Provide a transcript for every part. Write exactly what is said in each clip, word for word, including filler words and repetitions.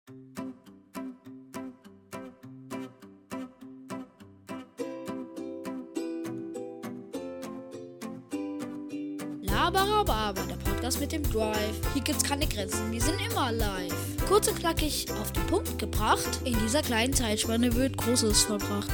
Laberababa, der Podcast mit dem Drive. Hier gibt's keine Grenzen, wir sind immer live. Kurz und knackig auf den Punkt gebracht. In dieser kleinen Zeitspanne wird Großes vollbracht.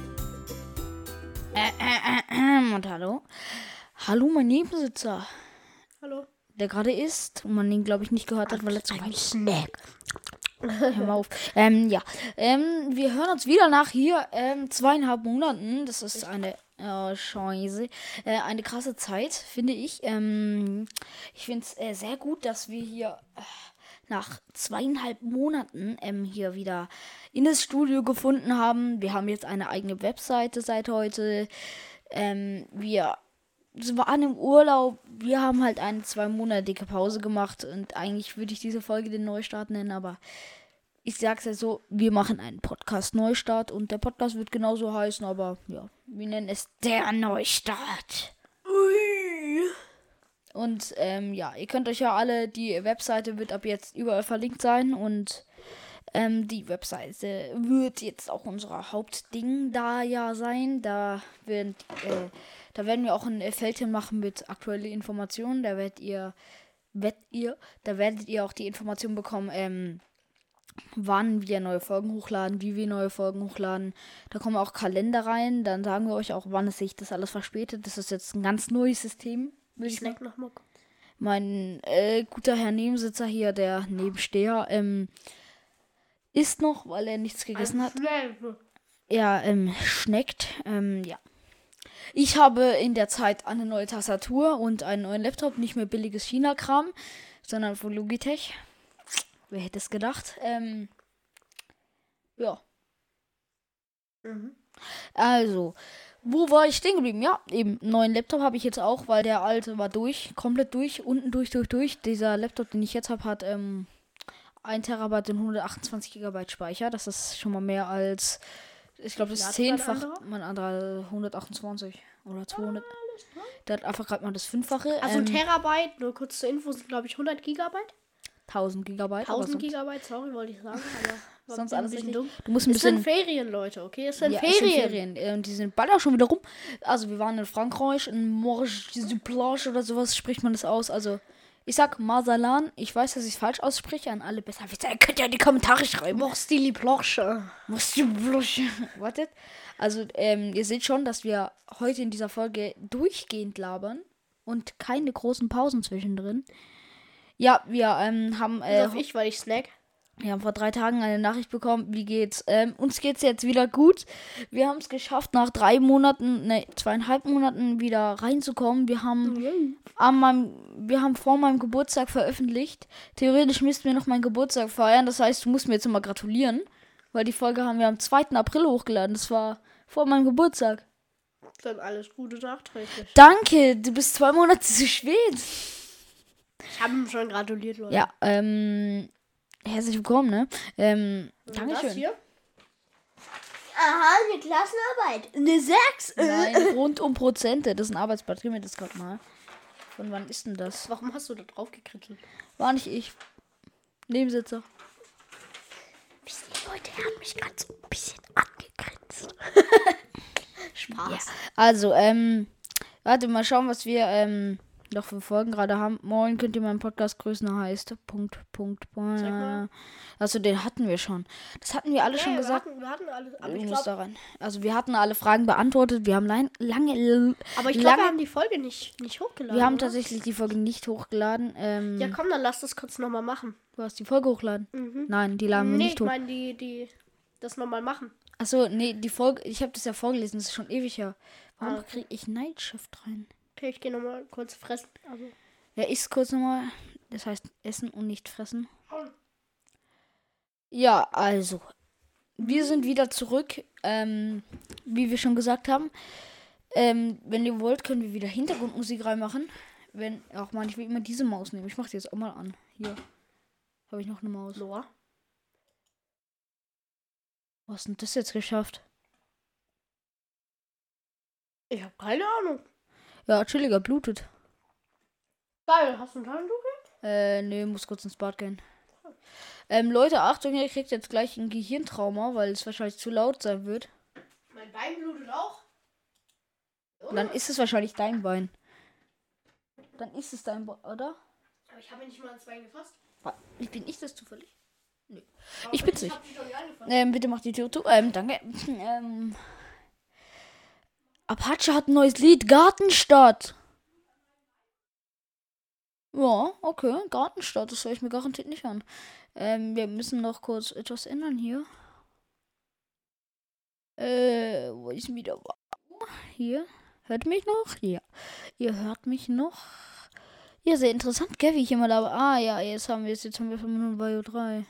Äh, äh, äh, äh, und hallo? Hallo, mein Nebensitzer. Hallo. Der gerade isst und man ihn, glaube ich, nicht gehört hat, weil er zu weit Snack. Hör mal auf. Ähm, ja. Ähm, wir hören uns wieder nach hier ähm, zweieinhalb Monaten. Das ist eine äh, Scheiße. Äh, eine krasse Zeit, finde ich. Ähm, ich finde es äh, sehr gut, dass wir hier äh, nach zweieinhalb Monaten ähm, hier wieder in das Studio gefunden haben. Wir haben jetzt eine eigene Webseite seit heute. Ähm, wir waren im Urlaub. Wir haben halt eine zweimonatige Pause gemacht und eigentlich würde ich diese Folge den Neustart nennen, aber ich sag's ja so, wir machen einen Podcast Neustart und der Podcast wird genauso heißen, aber ja, wir nennen es der Neustart. Ui. Und ähm, ja, ihr könnt euch ja alle, die Webseite wird ab jetzt überall verlinkt sein und ähm, die Webseite wird jetzt auch unser Hauptding da ja sein. Da werden, äh, da werden wir auch ein Feld hinmachen mit aktuellen Informationen. Da werdet ihr, werdet ihr, da werdet ihr auch die Informationen bekommen, ähm, wann wir neue Folgen hochladen, wie wir neue Folgen hochladen. Da kommen auch Kalender rein. Dann sagen wir euch auch, wann es sich das alles verspätet. Das ist jetzt ein ganz neues System. Ich snack noch mal. Mein äh, guter Herr Nebensitzer hier, der Nebensteher, ähm, isst noch, weil er nichts gegessen hat. Er ähm, schneckt. Ähm, ja. Ich habe in der Zeit eine neue Tastatur und einen neuen Laptop. Nicht mehr billiges China-Kram, sondern von Logitech. Wer hätte es gedacht? Ähm, ja. Mhm. Also, wo war ich stehen geblieben? Ja, eben, einen neuen Laptop habe ich jetzt auch, weil der alte war durch, komplett durch, unten durch, durch, durch. Dieser Laptop, den ich jetzt habe, hat ähm, ein Terabyte und hundertachtundzwanzig Gigabyte Speicher. Das ist schon mal mehr als, ich glaube, das ist zehnfach. Mein anderer hundertachtundzwanzig oder zweihundert. Ah, der hat einfach gerade mal das Fünffache. Also ein ähm, Terabyte, nur kurz zur Info, sind glaube ich hundert Gigabyte. tausend Gigabyte. tausend Gigabyte, sorry, wollte ich sagen. Aber sonst alles ein bisschen richtig. dumm. Du musst ein es bisschen. sind Ferien, Leute, okay? Es sind Ja, Ferien. es sind Ferien. Äh, Und die sind bald auch schon wieder rum. Also wir waren in Frankreich, in Morges du Plage oder sowas spricht man das aus. Also ich sag Marsalan. Ich weiß, dass ich es falsch ausspreche. An alle besser. Ihr könnt ja in die Kommentare schreiben. Morstili Plage. Morstili Plage. Wartet. Also ähm, ihr seht schon, dass wir heute in dieser Folge durchgehend labern. Und keine großen Pausen zwischendrin. Ja, wir ähm, haben... Äh, Bis auf ich, weil ich snack. Wir haben vor drei Tagen eine Nachricht bekommen, wie geht's? Ähm, uns geht's jetzt wieder gut. Wir haben es geschafft, nach drei Monaten, ne, zweieinhalb Monaten wieder reinzukommen. Wir haben mhm. an meinem, wir haben vor meinem Geburtstag veröffentlicht. Theoretisch müssten wir noch meinen Geburtstag feiern. Das heißt, du musst mir jetzt immer gratulieren. Weil die Folge haben wir am zweiten April hochgeladen. Das war vor meinem Geburtstag. Dann alles Gute nachträglich. Danke, du bist zwei Monate zu spät. Ich habe ihm schon gratuliert, Leute. Ja, ähm... herzlich willkommen, ne? Ähm, Dankeschön. Das hier? Aha, eine Klassenarbeit. Eine sechs. Nein, rund um Prozente. Das ist ein Arbeitsblatt. Gib mir das gerade mal. Von wann ist denn das? Warum hast du da drauf gekritzelt? War nicht ich. Nebensitzer. Die Leute, er hat mich gerade so ein bisschen angegrinst. Spaß. Ja. Also, ähm, warte mal schauen, was wir, ähm, noch für Folgen gerade haben. Morgen könnt ihr meinen Podcast grüßen, heißt. Punkt, Punkt, Punkt. Also den hatten wir schon. Das hatten wir alle ja, schon wir gesagt. Hatten, wir hatten alle, aber ich ich muss glaub, da rein. Also wir hatten alle Fragen beantwortet. Wir haben lang, lange... Aber ich glaube, wir haben die Folge nicht, nicht hochgeladen. Wir haben oder? tatsächlich die Folge nicht hochgeladen. Ähm, ja komm, dann lass das kurz nochmal machen. Du hast die Folge hochgeladen? Mhm. Nein, die laden wir nee, nicht hoch. ich meine, die, die, das nochmal machen. Achso, nee, die Folge, ich habe das ja vorgelesen, das ist schon ewig her. Warum ah, okay. kriege ich Nightshift rein? Okay, ich gehe nochmal kurz fressen. Also. Ja, ich kurz nochmal. Das heißt essen und nicht fressen. Ja, also. Wir sind wieder zurück. Ähm, wie wir schon gesagt haben. Ähm, wenn ihr wollt, können wir wieder Hintergrundmusik reinmachen. Wenn, auch mal, ich will immer diese Maus nehmen. Ich mach die jetzt auch mal an. Hier. Habe ich noch eine Maus. Loa. Was hast denn das jetzt geschafft? Ich habe keine Ahnung. Ja, chilliger, blutet. Geil, hast du ein Taschentuch? Äh, nee, muss kurz ins Bad gehen. Ähm, Leute, Achtung, ihr kriegt jetzt gleich ein Gehirntrauma, weil es wahrscheinlich zu laut sein wird. Mein Bein blutet auch. Und dann ist es wahrscheinlich dein Bein. Dann ist es dein Bein, oder? Aber ich habe mir nicht mal ans Bein gefasst. Ich bin ich das zufällig? Nö. Aber Ich bin's ich nicht. hab dich doch nicht angefasst. Ähm, bitte mach die Tür zu. Ähm, danke. Ähm, Apache hat ein neues Lied. Gartenstadt. Ja, okay. Gartenstadt. Das höre ich mir garantiert nicht an. Ähm, wir müssen noch kurz etwas ändern hier. Äh, wo ist wieder? Hier. Hört mich noch? Ja. Ihr hört mich noch? Ja, sehr interessant, gell, wie ich immer da. Ah, ja, jetzt haben wir es. Jetzt haben wir fünf Minuten bei U drei.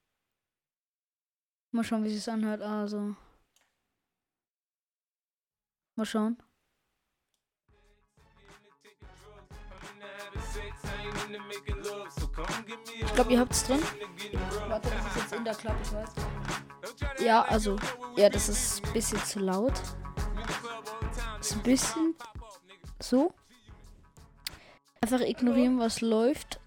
Mal schauen, wie es sich anhört. Also. Mal schauen. Ich glaube, ihr habt es drin. Warte, das ist jetzt in der Klappe, ich weiß. Ja, also. Ja, das ist ein bisschen zu laut. Ist ein bisschen so. Einfach ignorieren, was läuft.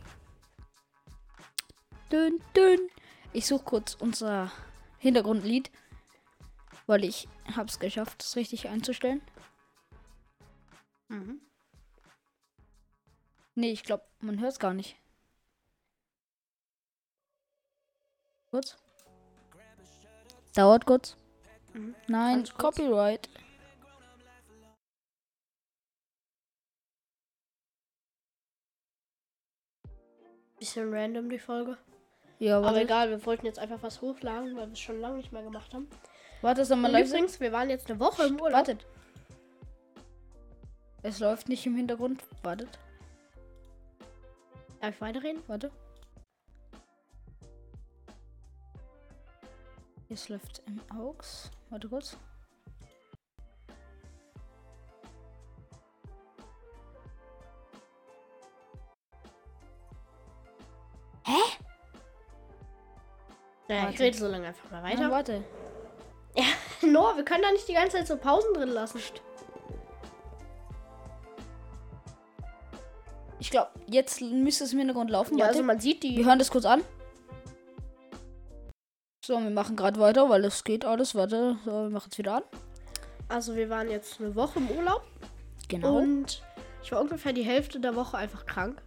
Dünn, dünn. Ich suche kurz unser Hintergrundlied. Weil ich hab's geschafft, das richtig einzustellen. Mhm. Nee, ich glaube, man hört es gar nicht. Kurz. Dauert kurz. Mhm. Nein, Ganz kurz. Copyright. Bisschen random die Folge. Ja, Aber warte. egal, wir wollten jetzt einfach was hochladen, weil wir es schon lange nicht mehr gemacht haben. Warte, soll man Und live übrigens, wir waren jetzt eine Woche im Urlaub. Wartet. Es läuft nicht im Hintergrund. Wartet. Darf ich weiterreden? Warte. Es läuft im Aux. Warte kurz. Ja, Warte. ich rede so lange einfach mal Nein, weiter. warte. No, wir können da nicht die ganze Zeit so Pausen drin lassen. Ich glaube, jetzt müsste es im Hintergrund laufen. Ja, Warte. also man sieht die. Wir hören das kurz an. So, wir machen gerade weiter, weil es geht alles. Warte, so, wir machen es wieder an. Also wir waren jetzt eine Woche im Urlaub. Genau. Und ich war ungefähr die Hälfte der Woche einfach krank.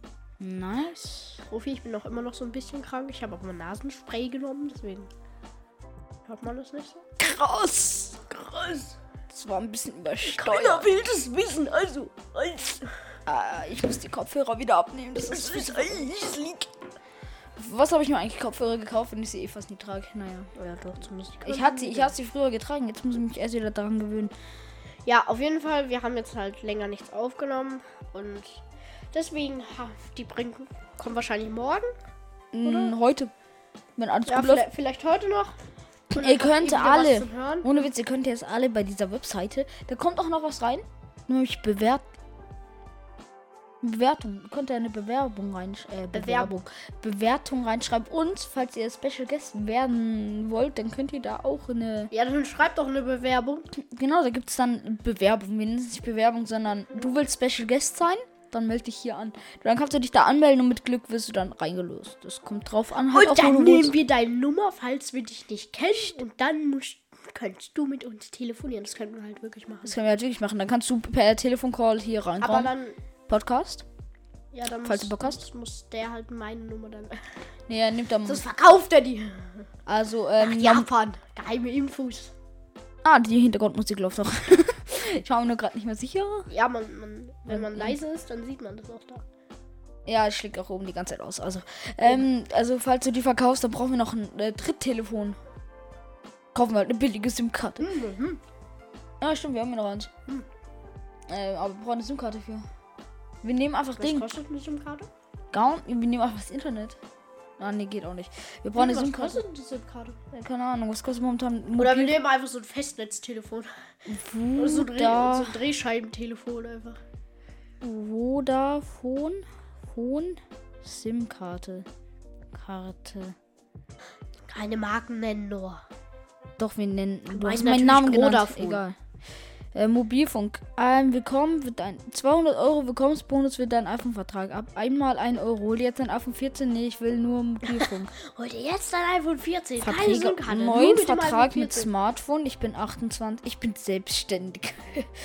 Nice. Profi, ich bin auch immer noch so ein bisschen krank. Ich habe auch mal Nasenspray genommen, deswegen hört man das nicht so. Krass. Krass. Das war ein bisschen übersteuert. will das wissen, also. als- Ah, ich muss die Kopfhörer wieder abnehmen. Das ist das liegt. Was habe ich mir eigentlich Kopfhörer gekauft, wenn ich sie eh fast nie trage? Naja. Ja, doch, zumindest die Ich hatte sie, ich hatte sie früher getragen. Jetzt muss ich mich erst wieder daran gewöhnen. Ja, auf jeden Fall, wir haben jetzt halt länger nichts aufgenommen und deswegen, ha, die bringen, kommen wahrscheinlich morgen. Mm, heute. Wenn alles Ja, gut läuft. vielleicht, vielleicht heute noch. Und Ihr dann könnt habt ihr wieder alle. was zum Hören. Ohne Witz, ihr könnt jetzt alle bei dieser Webseite. Da kommt auch noch was rein. Nämlich Bewert Bewertung. Ihr könnt ja eine Bewerbung rein äh, Bewerbung. Bewertung reinschreiben. Und falls ihr Special Guest werden wollt, dann könnt ihr da auch eine. Ja, dann schreibt doch eine Bewerbung. Genau, da gibt es dann Bewerbung. Wir nennen es nicht Bewerbung, sondern du willst Special Guest sein, dann melde dich hier an. Dann kannst du dich da anmelden und mit Glück wirst du dann reingelöst. Das kommt drauf an. Halt Und auch, wo dann du nehmen wohnst. wir deine Nummer, falls wir dich nicht kennen. Und dann musst, kannst du mit uns telefonieren. Das können wir halt wirklich machen. Das können wir halt wirklich machen. Dann kannst du per Telefoncall hier Aber reinkommen. dann, Podcast. ja, dann Falls muss, du Bock hast. muss, muss der halt meine Nummer dann. Nee, er nimmt dann. Das verkauft er die. Also, ähm. Japan. Geheime Infos. Ah, die Hintergrundmusik läuft noch. Ich war mir nur gerade nicht mehr sicher. Ja, man, man, wenn man Mhm. leise ist, dann sieht man das auch da. Ja, es schlägt auch oben die ganze Zeit aus. Also, ähm, also falls du die verkaufst, dann brauchen wir noch ein äh, Dritttelefon. Kaufen wir halt eine billige SIM-Karte. Mhm. Ja, stimmt, wir haben ja noch eins. Hm. Äh, aber wir brauchen eine SIM-Karte für. Wir nehmen einfach Was Ding. kostet eine SIM-Karte? Gaun, wir nehmen einfach das Internet. Ah, nee, geht auch nicht. Wir brauchen eine Was SIM-Karte. kostet die SIM-Karte? Äh, Keine Ahnung, was kostet momentan ein Oder wir Mobil- nehmen einfach so ein Festnetztelefon. Oder so ein, Dreh, so Voda- ein Drehscheibentelefon einfach. Vodafone. Phone. SIM-Karte. Karte. Keine Marken nennen nur. Doch, wir nennen. Du meinst hast meinen natürlich Namen genannt. Vodafone. Egal. Äh, Mobilfunk. Ein Willkommen wird ein zweihundert Euro Willkommensbonus wird dein iPhone-Vertrag ab. Einmal ein Euro. Hol dir jetzt ein iPhone vierzehn. Nee, ich will nur Mobilfunk. Hol dir jetzt dein iPhone vierzehn. Keine Verträge, SIM-Karte. Nur neuen mit dem Vertrag iPhone mit vierzehn. Smartphone. Ich bin achtundzwanzig. Ich bin selbstständig.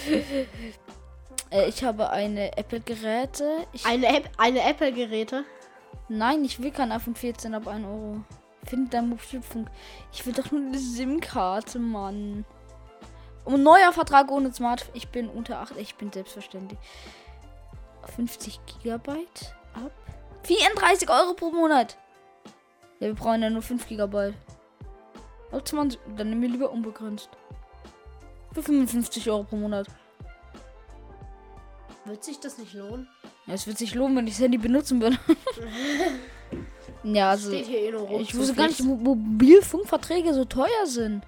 äh, ich habe eine Apple-Geräte. Ich, Eine, App, eine Apple-Geräte. nein, ich will kein iPhone vierzehn ab ein Euro. Finde dein Mobilfunk. Ich will doch nur eine SIM-Karte, Mann. Um neuer Vertrag ohne Smartphone. Ich bin unter acht. Ich bin selbstverständlich. fünfzig Gigabyte ab. vierunddreißig Euro pro Monat. Ja, wir brauchen ja nur fünf Gigabyte. Auf zwanzig. Dann nehmen wir lieber unbegrenzt. Für fünfundfünfzig Euro pro Monat. Wird sich das nicht lohnen? Ja, es wird sich lohnen, wenn ich das Handy benutzen würde. Ja, also. Steht hier eh nur rum. Ich wusste gar nicht, dass Mo- Mobilfunkverträge so teuer sind.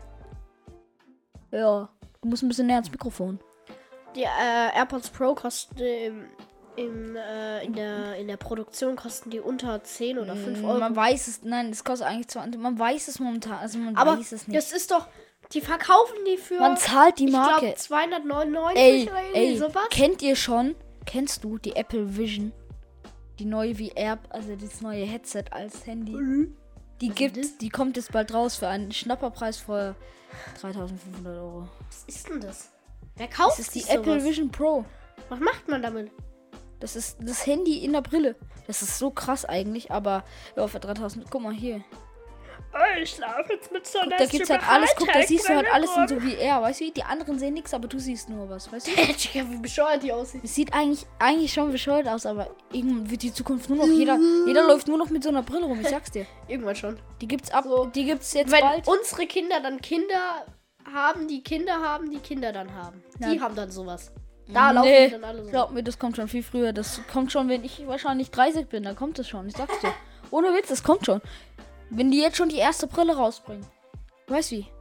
Ja, du musst ein bisschen näher ans Mikrofon. Die äh, AirPods Pro kosten im, im, äh, in, der, in der Produktion kosten die unter zehn oder fünf Euro. Man weiß es, nein, es kostet eigentlich zwanzig. Man weiß es momentan, also man Aber weiß es nicht. das ist doch, die verkaufen die für, Man zahlt die ich Marke. glaube, zweihundertneunundneunzig Ey, oder irgendwie ey, sowas. kennt ihr schon, kennst du die Apple Vision? Die neue V R, also das neue Headset als Handy. Die Was gibt, ist das? die kommt jetzt bald raus für einen Schnapperpreis von dreitausendfünfhundert Euro. Was ist denn das? Wer kauft Das ist die sich Apple sowas? Vision Pro. Was macht man damit? Das ist das Handy in der Brille. Das ist so krass eigentlich, aber ja, für dreitausend. Guck mal hier. Oh, ich schlafe jetzt mit so Guck, da gibt's halt alles. Guck, da siehst du halt alles in so V R. Weißt du, die anderen sehen nichts, aber du siehst nur was. Weißt du? Wie bescheuert die aussieht. Es sieht eigentlich, eigentlich schon bescheuert aus, aber irgendwann wird die Zukunft nur noch jeder, jeder läuft nur noch mit so einer Brille rum. Ich sag's dir. Irgendwann schon. Die gibt's ab, So. die gibt's jetzt Wenn bald. unsere Kinder dann Kinder haben, die Kinder haben, die Kinder dann haben. Die Ja. haben dann sowas. Da laufen Nee, die dann alle so. glaub mir, das kommt schon viel früher. Das kommt schon, wenn ich wahrscheinlich dreißig bin, dann kommt es schon. Ich sag's dir. Ohne Witz, das kommt schon. Wenn die jetzt schon die erste Brille rausbringen. Weißt wie?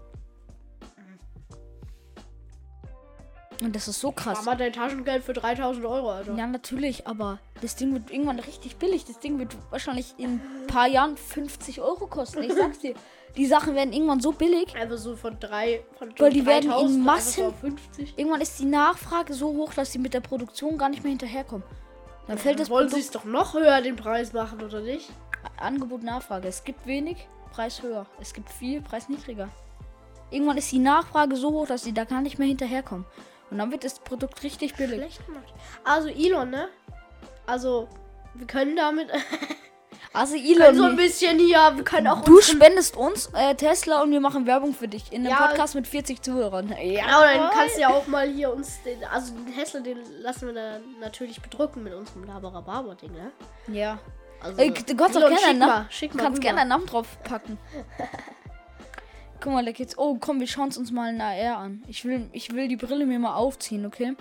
Und das ist so krass. Mach mal dein Taschengeld für dreitausend Euro, Alter. Ja, natürlich, aber das Ding wird irgendwann richtig billig. Das Ding wird wahrscheinlich in ein paar Jahren fünfzig Euro kosten. Ich sag's dir. Die Sachen werden irgendwann so billig. Also so von drei, von Weil die werden in dreitausend Massen- einfach so auf fünfzig. Irgendwann ist die Nachfrage so hoch, dass sie mit der Produktion gar nicht mehr hinterherkommen. Dann fällt das Wollen sie Produkt es doch noch höher den Preis machen, oder nicht? Angebot, Nachfrage. Es gibt wenig, Preis höher. Es gibt viel, Preis niedriger. Irgendwann ist die Nachfrage so hoch, dass sie da gar nicht mehr hinterherkommen. Und dann wird das Produkt richtig billig. Schlecht gemacht. Also Elon, ne? Also, wir können damit Also können so ein Elon, bisschen hier, wir können auch du unseren- spendest uns äh, Tesla und wir machen Werbung für dich. In einem Ja. Podcast mit vierzig Zuhörern. Ja. Ja, dann kannst du ja auch mal hier uns den, also den Tesla, den lassen wir dann natürlich bedrücken mit unserem Laberababer-Ding, ne? Ja. Also, Ey, du kannst auch Elon, gerne schick einen mal, Namen, schick du mal kannst rüber. gerne einen Namen drauf packen. Guck mal, da geht's. Oh, komm, wir schauen es uns mal in A R an. Ich will, ich will die Brille mir mal aufziehen, okay?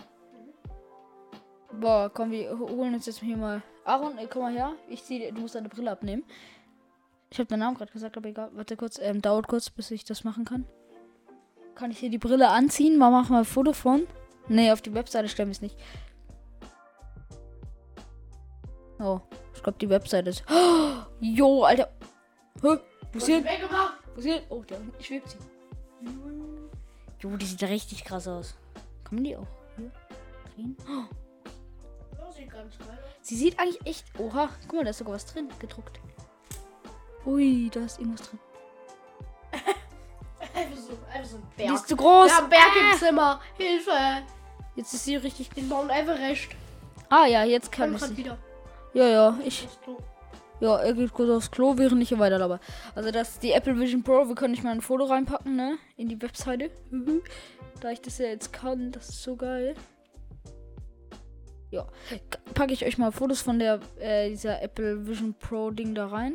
Boah, komm, wir holen uns jetzt hier mal. Aaron, ey, komm mal her. Ich zieh, dir- du musst deine Brille abnehmen. Ich habe deinen Namen gerade gesagt, aber egal. Warte kurz, ähm, dauert kurz, bis ich das machen kann. Kann ich hier die Brille anziehen? Mal machen wir ein Foto von. Nee, auf die Webseite stellen wir es nicht. Oh, ich glaube, die Webseite ist. Oh, jo, Alter. Hä? Wo ist sie? Weggemacht. Wo ist sie? Oh, da unten schwebt sie. Jo, die sieht richtig krass aus. Kann man die auch hier drehen? Oh, Das sieht ganz geil aus. sie sieht eigentlich echt. Oha, guck mal, da ist sogar was drin gedruckt. Ui, da ist irgendwas drin. Einfach so, einfach so ein Die Berg. ist zu groß. Wir haben einen Berg im Zimmer. Hilfe. Jetzt ist sie richtig. Den Mount Everest. Ah ja, jetzt kann Komm ich grad sie. wieder. Ja, ja, ich. Das Klo. Ja, er geht kurz aufs Klo, während ich hier weiter laber. Also das ist die Apple Vision Pro. Wir können nicht mal ein Foto reinpacken, ne? In die Webseite. Mhm. Da ich das ja jetzt kann, das ist so geil. Ja, packe ich euch mal Fotos von der äh, dieser Apple Vision Pro Ding da rein.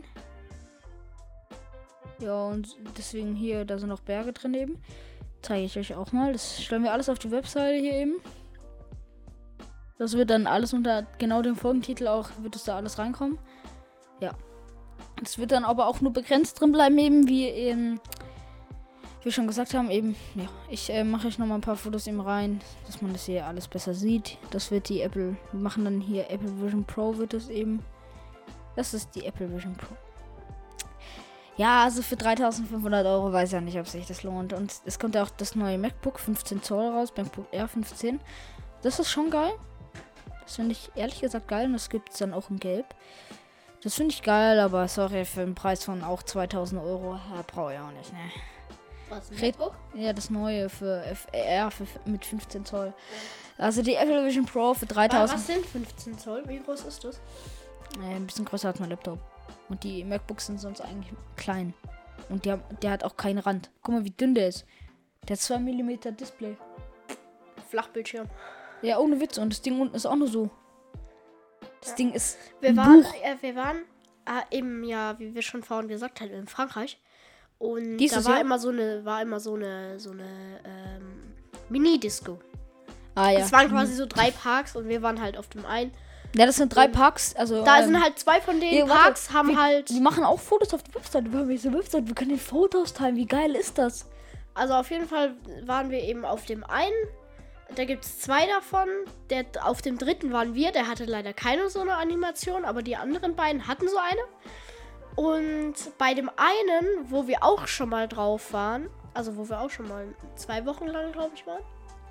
Ja, und deswegen hier, da sind noch Berge drin eben. Zeige ich euch auch mal. Das stellen wir alles auf die Webseite hier eben. Das wird dann alles unter genau dem Folgentitel auch, wird es da alles reinkommen. Ja. Das wird dann aber auch nur begrenzt drin bleiben, eben wie eben, wie wir schon gesagt haben, eben, ja. Ich äh, mache euch noch mal ein paar Fotos eben rein, dass man das hier alles besser sieht. Das wird die Apple, wir machen dann hier Apple Vision Pro wird das eben. Das ist die Apple Vision Pro. Ja, also für dreitausendfünfhundert Euro weiß ich ja nicht, ob sich das lohnt. Und es kommt ja auch das neue MacBook fünfzehn Zoll raus, MacBook Air fünfzehn. Das ist schon geil. Das finde ich ehrlich gesagt geil und das gibt es dann auch in Gelb. Das finde ich geil, aber sorry, für den Preis von auch zweitausend Euro ja, brauche ich auch nicht, ne. Was, ein Red- MacBook? Ja, das neue für F R für, mit fünfzehn Zoll. Also die Apple Vision Pro für Ah, dreitausend. was sind fünfzehn Zoll? Wie groß ist das? Äh, ein bisschen größer als mein Laptop. Und die MacBooks sind sonst eigentlich klein. Und die haben, der hat auch keinen Rand. Guck mal, wie dünn der ist. Der hat zwei Millimeter Display. Flachbildschirm. Ja, ohne Witz. Und das Ding unten ist auch nur so. Das Ja. Ding ist Wir ein waren, Buch. äh, wir waren äh, im Jahr, wie wir schon vorhin gesagt haben, in Frankreich. Und Dieses da war Jahr? immer so eine, war immer so eine, so eine ähm, Mini-Disco. Ah ja. Es waren quasi so drei Parks und wir waren halt auf dem einen. Ja, das sind drei Parks. Also, Da ähm, sind halt zwei von den ja, warte, Parks haben wir, halt. Wir machen auch Fotos auf der Website. Wir haben diese Website. Wir können die Fotos teilen. Wie geil ist das? Also auf jeden Fall waren wir eben auf dem einen. Da gibt es zwei davon. Der, auf dem dritten waren wir. Der hatte leider keine so eine Animation, aber die anderen beiden hatten so eine. Und bei dem einen, wo wir auch schon mal drauf waren, also wo wir auch schon mal zwei Wochen lang, glaube ich, waren,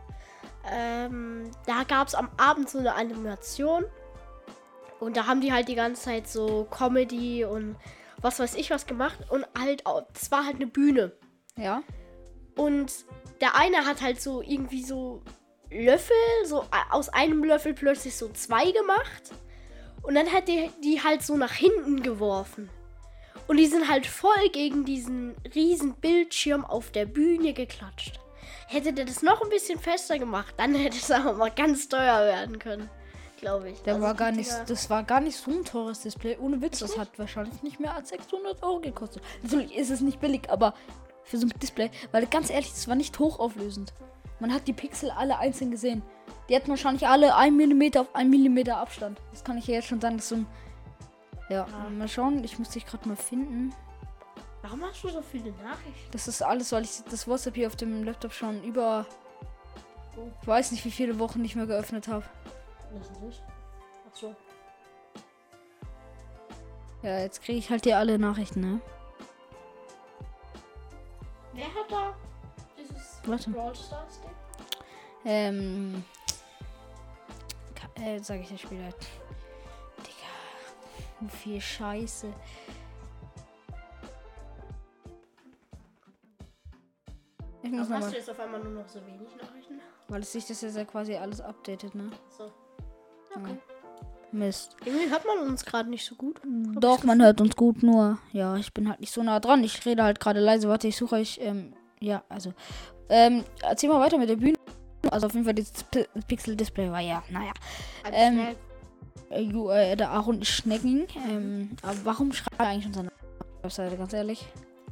ähm, da gab es am Abend so eine Animation. Und da haben die halt die ganze Zeit so Comedy und was weiß ich was gemacht. Und halt, auch- das war halt eine Bühne. Ja. Und der eine hat halt so irgendwie so Löffel, so a- aus einem Löffel plötzlich so zwei gemacht. Und dann hat die die halt so nach hinten geworfen. Und die sind halt voll gegen diesen riesen Bildschirm auf der Bühne geklatscht. Hätte der das noch ein bisschen fester gemacht, dann hätte es aber mal ganz teuer werden können, glaube ich. Der Also war gar die nicht, Dinger- das war gar nicht so ein teures Display. Ohne Witz, das hat wahrscheinlich nicht mehr als sechshundert Euro gekostet. Natürlich ist es nicht billig, aber für so ein Display, weil ganz ehrlich, das war nicht hochauflösend. Man hat die Pixel alle einzeln gesehen. Die hatten wahrscheinlich alle ein Millimeter auf ein Millimeter Abstand. Das kann ich ja jetzt schon sagen, das ist so ein... Ja, mal schauen, ich muss dich gerade mal finden. Warum hast du so viele Nachrichten? Das ist alles, weil ich das WhatsApp hier auf dem Laptop schon über... Ich weiß nicht, wie viele Wochen nicht mehr geöffnet habe. Das ist nicht. Ach so. Ja, jetzt kriege ich halt hier alle Nachrichten, ne? Wer hat da dieses Warte. Brawl Stars Ding? Ähm. ka- Äh, sag ich dir später. Digga. Wie viel Scheiße. Ich muss Warum hast du nochmal. jetzt auf einmal nur noch so wenig Nachrichten? Weil es sich das jetzt ja quasi alles updatet, ne? So. Okay. Mist. Irgendwie hört man uns gerade nicht so gut. Doch, man hört uns gut, nur. Ja, ich bin halt nicht so nah dran. Ich rede halt gerade leise. Warte, ich suche euch. Ähm, ja, also. Ähm, erzähl mal weiter mit der Bühne. Also auf jeden Fall, das P Pixel-Display war ja, naja. Also Ähm, schnell. Äh, ju- äh, der Aaron ist Schnecken. Ähm, aber warum schreibt er eigentlich schon seine Webseite, ganz ehrlich?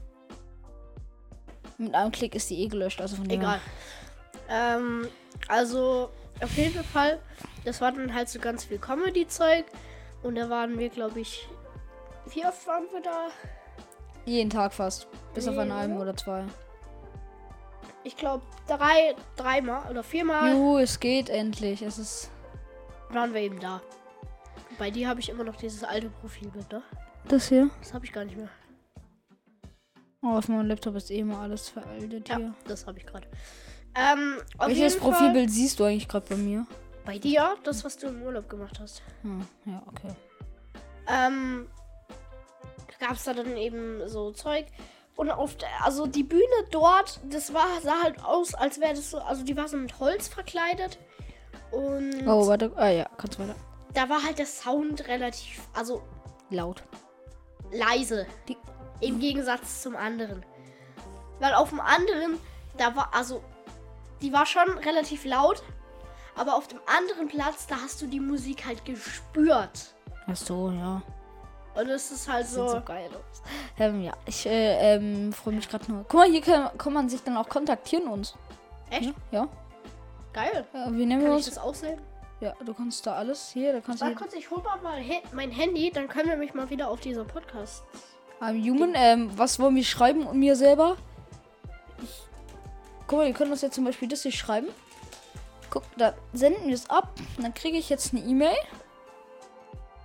Mit einem Klick ist die eh gelöscht, also von dem Egal. Ähm, also auf jeden Fall, das war dann halt so ganz viel Comedy-Zeug. Und da waren wir, glaube ich, wie oft waren wir da? Jeden Tag fast. Bis auf an Nee, einem oder? oder zwei. Ich glaube, drei, dreimal oder viermal Juhu, es geht endlich. Es ist. waren wir eben da. Bei dir habe ich immer noch dieses alte Profilbild, ne? Das hier? Das habe ich gar nicht mehr. Oh, auf meinem Laptop ist eh immer alles veraltet Ja, hier. das habe ich gerade. Ähm, auf Welches jeden Fall Profilbild siehst du eigentlich gerade bei mir? bei dir, das, was du im Urlaub gemacht hast. Hm, ja, okay. Ähm, gab es da dann eben so Zeug. Und auf der, also die Bühne dort, das war, sah halt aus, als wäre das so, also die war so mit Holz verkleidet. Und Oh, warte. Ah ja, kannst weiter. da war halt der Sound relativ, also Laut. leise. Die- Im Gegensatz zum anderen. Weil auf dem anderen, da war, also, die war schon relativ laut. Aber auf dem anderen Platz, da hast du die Musik halt gespürt. Ach so, ja. Und es ist halt Sieht so so. geil aus. Ähm, ja, ich äh, ähm, freue mich gerade nur. Guck mal, hier kann, kann man sich dann auch kontaktieren uns. Echt? Ja, ja. Geil. Äh, wie nennen wir Kann ich uns? das aussehen? Ja, du kannst da alles hier, da kannst du. Warte kurz, ich hol mal, mal he- mein Handy, dann können wir mich mal wieder auf dieser Podcast. I'm human, ähm, was wollen wir schreiben und mir selber? Ich, guck mal, wir können uns jetzt zum Beispiel das hier schreiben. Guck, da senden wir es ab. Und dann kriege ich jetzt eine E-Mail.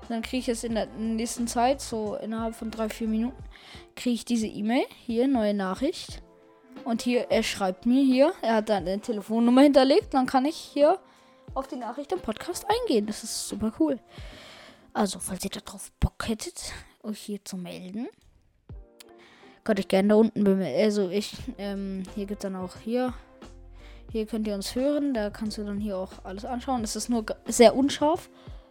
Dann kriege ich es in der nächsten Zeit, so innerhalb von drei, vier Minuten, kriege ich diese E-Mail. Hier, neue Nachricht. Und hier, er schreibt mir hier, er hat dann eine Telefonnummer hinterlegt. Dann kann ich hier auf die Nachricht im Podcast eingehen. Das ist super cool. Also, falls ihr darauf Bock hättet, euch hier zu melden, könnt ihr gerne da unten bemelden. Also, ich, ähm, hier gibt es dann auch hier. Hier könnt ihr uns hören. Da kannst du dann hier auch alles anschauen. Es ist nur g- sehr unscharf.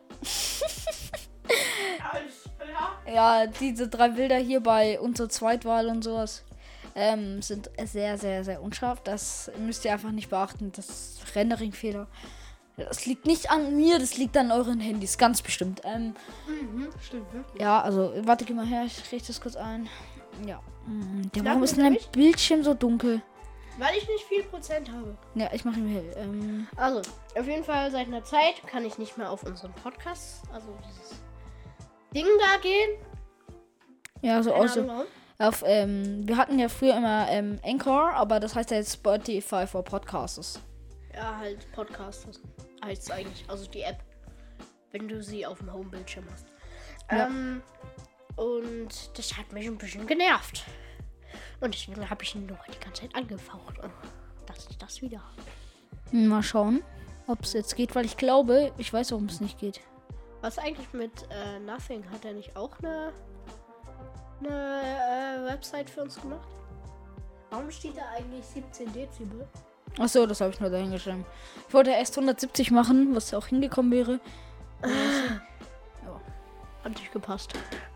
Ja, diese drei Bilder hier bei unserer Zweitwahl und sowas ähm, sind sehr, sehr, sehr unscharf. Das müsst ihr einfach nicht beachten. Das ist Rendering-Fehler. Das liegt nicht an mir, das liegt an euren Handys, ganz bestimmt. Ähm, Mhm, stimmt, wirklich. ja, also, warte, geh mal her, ich richte das kurz ein. Ja. Hm, Der, Knapp warum ist unter denn mich? dein Bildschirm so dunkel? Weil ich nicht viel Prozent habe. Ja, ich mache ihn hell. Ähm, Also, auf jeden Fall seit einer Zeit kann ich nicht mehr auf unseren Podcast, also dieses Ding da gehen. ja, so Keine aus. Ahnung warum. Auf, ähm, wir hatten ja früher immer ähm, Anchor, aber das heißt ja jetzt Spotify for Podcasts. Ja, halt Podcast heißt es eigentlich, also die App, wenn du sie auf dem Home-Bildschirm hast. Ja. Ähm, und das hat mich ein bisschen genervt. Und deswegen habe ich ihn nur die ganze Zeit angefaucht, dass ich das wieder habe. Mal schauen, ob es jetzt geht, weil ich glaube, ich weiß, warum es nicht geht. Was eigentlich mit äh, Nothing? Hat er nicht auch eine, eine äh, Website für uns gemacht? Warum steht da eigentlich siebzehn Dezibel? Achso, das habe ich nur dahin geschrieben. Ich wollte erst hundertsiebzig machen, was auch hingekommen wäre. Hat nicht gepasst.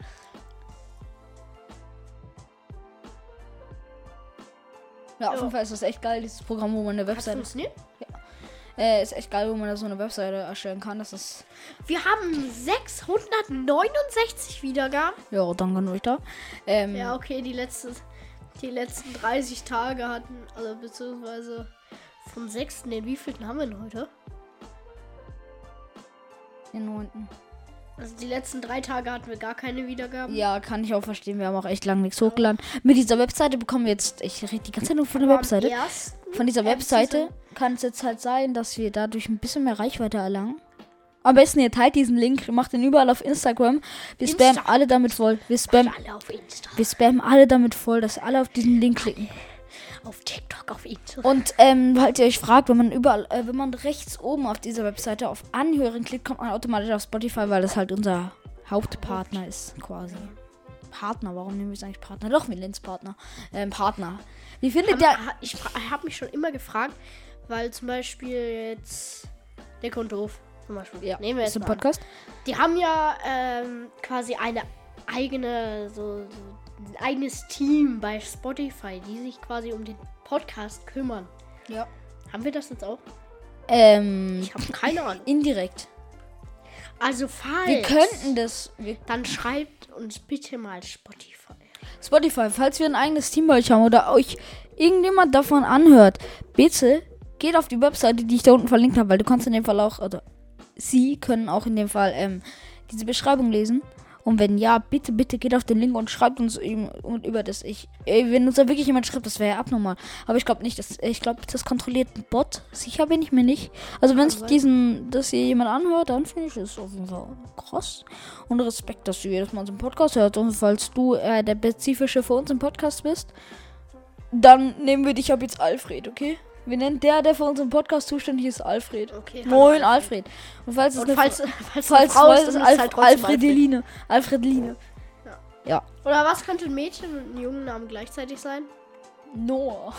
Ja, auf Ja. jeden Fall ist das echt geil, dieses Programm, wo man eine Hat es Webseite. funktioniert? Äh, ist echt geil, wo man da so eine Webseite erstellen kann. Das ist. Wir haben sechshundertneunundsechzig Wiedergaben. Ja, danke euch da. Ähm, Ja, okay, die, letzte, die letzten dreißig Tage hatten, also beziehungsweise vom sechsten Den wievielten haben wir denn heute? Den neunten Also die letzten drei Tage hatten wir gar keine Wiedergaben. Ja, kann ich auch verstehen. Wir haben auch echt lange nichts hochgeladen. Mit dieser Webseite bekommen wir jetzt. Ich rede die ganze Zeit nur von der Aber am Webseite. ersten Von dieser äh, Webseite kann es jetzt halt sein, dass wir dadurch ein bisschen mehr Reichweite erlangen. Am besten ihr teilt diesen Link, macht den überall auf Instagram. Wir Insta. spammen alle damit voll. Wir spammen, Alle auf Insta. wir spammen alle damit voll, dass alle auf diesen Link klicken. Auf TikTok, auf Insta. Und ähm, falls ihr euch fragt, wenn man überall, äh, wenn man rechts oben auf dieser Webseite auf Anhören klickt, kommt man automatisch auf Spotify, weil das halt unser Hauptpartner ist, quasi. Partner, warum nehmen wir es eigentlich Partner? Doch, wir nennen es Partner. Ähm, Partner. Wie findet der... Ha- Ich habe mich schon immer gefragt, weil zum Beispiel jetzt Dick und Doof zum Beispiel. Ja, Nehmen wir ist jetzt ein mal an. Podcast? Die haben ja ähm, quasi eine eigene, so, so ein eigenes Team bei Spotify, die sich quasi um den Podcast kümmern. Ja. Haben wir das jetzt auch? Ähm, Ich habe keine Ahnung. indirekt. Also falls, Wir könnten das... Wir, dann schreibt uns bitte mal Spotify. Spotify, falls wir ein eigenes Team bei euch haben oder euch irgendjemand davon anhört, bitte geht auf die Webseite, die ich da unten verlinkt habe, weil du kannst in dem Fall auch, oder sie können auch in dem Fall ähm, diese Beschreibung lesen. Und wenn ja, bitte, bitte geht auf den Link und schreibt uns eben und über das ich. Ey, wenn uns da wirklich jemand schreibt, das wäre ja abnormal. Aber ich glaube nicht, dass, ich glaube, das kontrolliert ein Bot. Sicher bin ich mir nicht. Also wenn sich sein. diesen, das hier jemand anhört, dann finde ich es auf jeden Fall krass. Und Respekt, dass du jedes Mal unseren Podcast hörst. Und falls du äh, der spezifische für uns im Podcast bist, dann nehmen wir dich ab jetzt Alfred, okay? Wir nennen der, der für unseren Podcast zuständig ist, Alfred. Okay. Moin, Alfred. Und falls es Und eine falls, Fra- falls, eine falls, Frau falls ist, es dann Alf ist halt trotzdem Alfred. Alfredeline. Alfredeline. Oder was könnte ein Mädchen und ein Jungennamen gleichzeitig sein? Noah.